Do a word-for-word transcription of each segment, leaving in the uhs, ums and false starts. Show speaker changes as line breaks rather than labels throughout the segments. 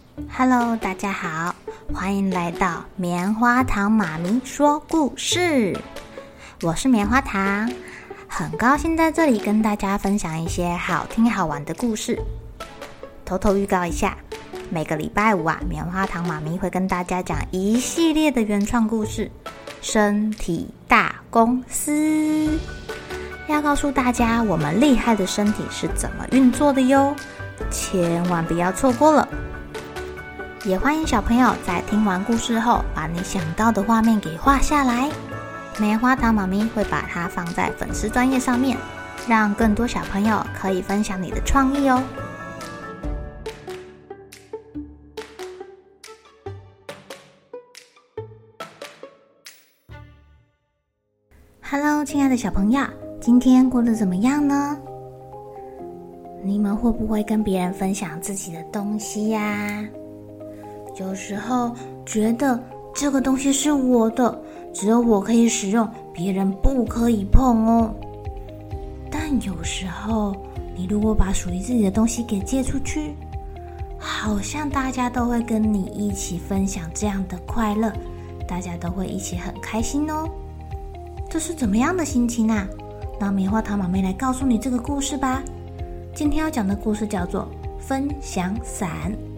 Hello， 大家好，欢迎来到棉花糖妈咪说故事。我是棉花糖，很高兴在这里跟大家分享一些好听好玩的故事。偷偷预告一下，每个礼拜五啊，棉花糖妈咪会跟大家讲一系列的原创故事。身体大公司要告诉大家我们厉害的身体是怎么运作的哟，千万不要错过了。也欢迎小朋友在听完故事后，把你想到的画面给画下来。棉花糖妈咪会把它放在粉丝专页上面，让更多小朋友可以分享你的创意哦。Hello， 亲爱的小朋友，今天过得怎么样呢？你们会不会跟别人分享自己的东西呀？有时候觉得这个东西是我的，只有我可以使用，别人不可以碰哦。但有时候你如果把属于自己的东西给借出去，好像大家都会跟你一起分享这样的快乐，大家都会一起很开心哦。这是怎么样的心情啊？让棉花糖妈咪来告诉你这个故事吧。今天要讲的故事叫做分享伞。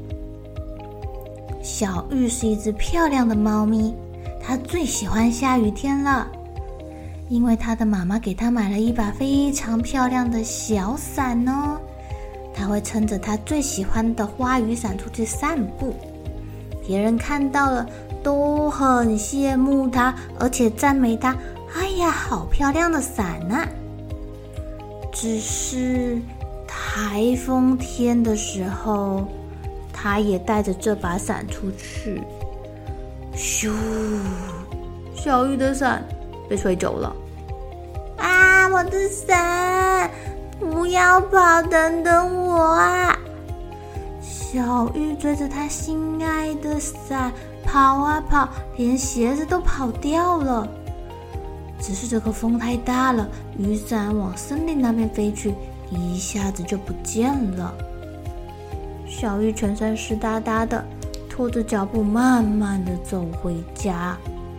小玉是一只漂亮的猫咪，它最喜欢下雨天了，因为它的妈妈给它买了一把非常漂亮的小伞哦。它会撑着它最喜欢的花雨伞出去散步，别人看到了都很羡慕它，而且赞美它，哎呀，好漂亮的伞啊！只是台风天的时候，他也带着这把伞出去，咻！小玉的伞被吹走了。啊，我的伞！不要跑，等等我啊！小玉追着她心爱的伞跑啊跑，连鞋子都跑掉了。只是这个风太大了，雨伞往森林那边飞去，一下子就不见了。小玉全身湿哒哒的，拖着脚步慢慢的走回家。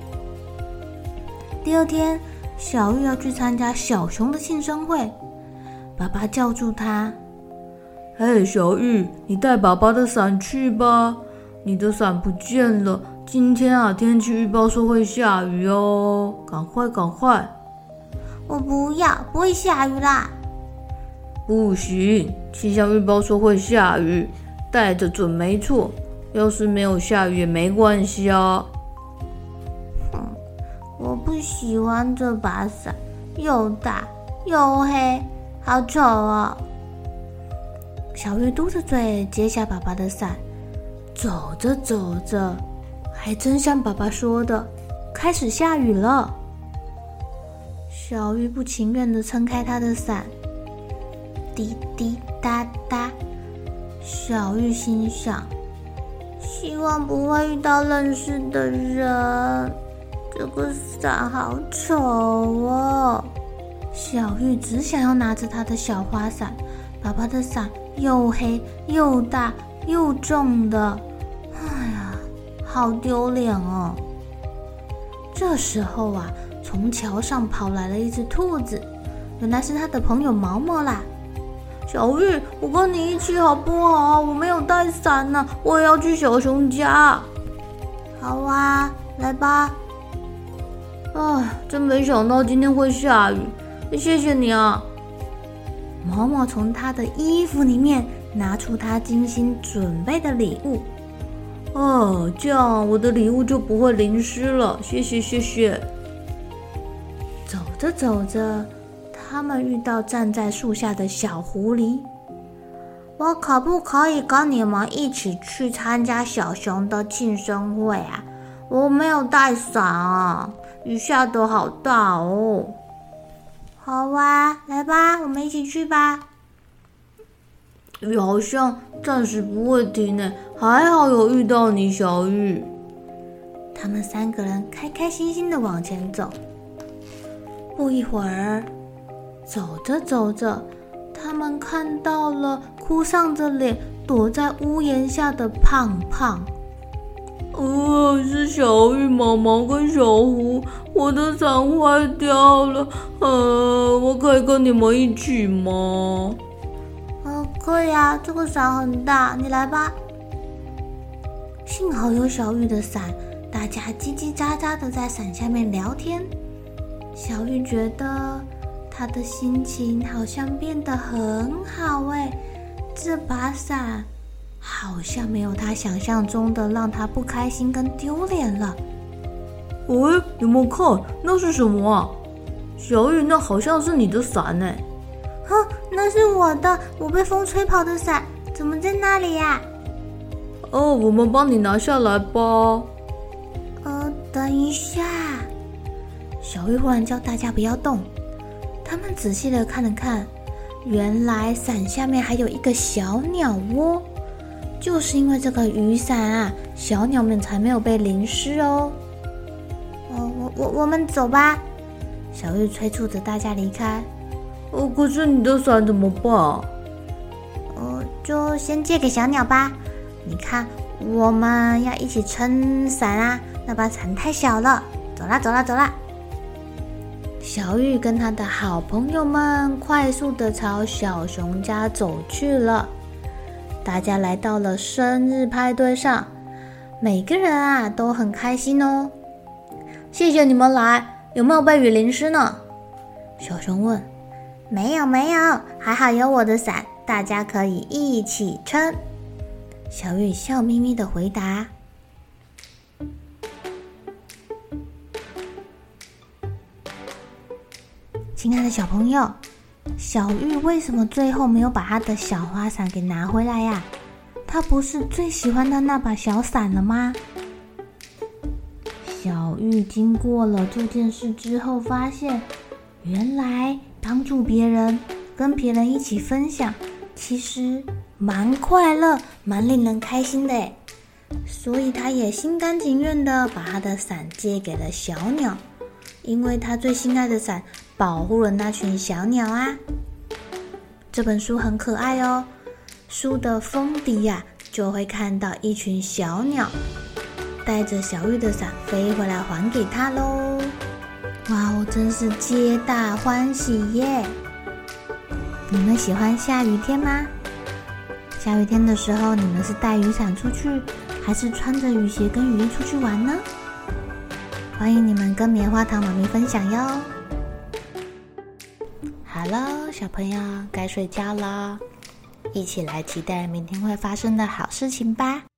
第二天，小玉要去参加小熊的庆生会，爸爸叫住她：嘿，小玉，你带爸爸的伞去吧，你的伞不见了，今天啊，天气预报说会下雨哦，赶快赶快。我不要，不会下雨啦。不行，气象预报说会下雨，带着准没错，要是没有下雨也没关系啊。哼，我不喜欢这把伞，又大又黑，好丑哦。小玉嘟着嘴接下爸爸的伞，走着走着，还真像爸爸说的，开始下雨了。小玉不情愿地撑开他的伞，滴滴答答。小玉心想，希望不会遇到认识的人，这个伞好丑哦。小玉只想要拿着她的小花伞，爸爸的伞又黑又大又重的，哎呀，好丢脸哦。这时候啊，从桥上跑来了一只兔子，原来是他的朋友毛毛啦。小玉，我跟你一起好不好？我没有带伞呢，我也要去小熊家。好啊，来吧。唉，真没想到今天会下雨，谢谢你啊。毛毛从他的衣服里面拿出他精心准备的礼物。哦，这样我的礼物就不会淋湿了，谢谢谢谢。走着走着，他们遇到站在树下的小狐狸。我可不可以跟你们一起去参加小熊的庆生会啊？我没有带伞啊，雨下得好大哦。好啊，来吧，我们一起去吧。雨好像暂时不会停呢，还好有遇到你，小玉。他们三个人开开心心地往前走。不一会儿，走着走着，他们看到了哭丧着脸躲在屋檐下的胖胖。呃，是小玉、毛毛跟小胡，我的伞坏掉了，呃，我可以跟你们一起吗？呃，可以啊，这个伞很大，你来吧。幸好有小玉的伞，大家叽叽喳喳的在伞下面聊天。小玉觉得她的心情好像变得很好哎，这把伞好像没有她想象中的让她不开心跟丢脸了。喂，你们看，那是什么啊？小玉，那好像是你的伞哎。哼，那是我的，我被风吹跑的伞，怎么在那里呀？哦，我们帮你拿下来吧。呃，等一下。小玉忽然叫大家不要动，他们仔细的看了看，原来伞下面还有一个小鸟窝，就是因为这个雨伞啊，小鸟们才没有被淋湿哦。哦，我我我们走吧。小玉催促着大家离开。哦，可是你的伞怎么办？呃，就先借给小鸟吧。你看，我们要一起撑伞啊，那把伞太小了。走啦走啦走啦！小玉跟他的好朋友们快速的朝小熊家走去了。大家来到了生日派对上，每个人啊都很开心哦。谢谢你们来，有没有被雨淋湿呢？小熊问。没有没有，还好有我的伞，大家可以一起撑。小玉笑眯眯的回答。亲爱的小朋友，小玉为什么最后没有把她的小花伞给拿回来呀？她不是最喜欢的那把小伞了吗？小玉经过了这件事之后，发现原来帮助别人，跟别人一起分享，其实蛮快乐，蛮令人开心的耶。所以她也心甘情愿的把她的伞借给了小鸟，因为她最心爱的伞保护了那群小鸟啊。这本书很可爱哦，书的封底呀、啊，就会看到一群小鸟带着小玉的伞飞回来还给她咯。哇哦，真是皆大欢喜耶！你们喜欢下雨天吗？下雨天的时候，你们是带雨伞出去，还是穿着雨鞋跟雨衣出去玩呢？欢迎你们跟棉花糖妈咪分享哟。好了，小朋友该睡觉了，一起来期待明天会发生的好事情吧。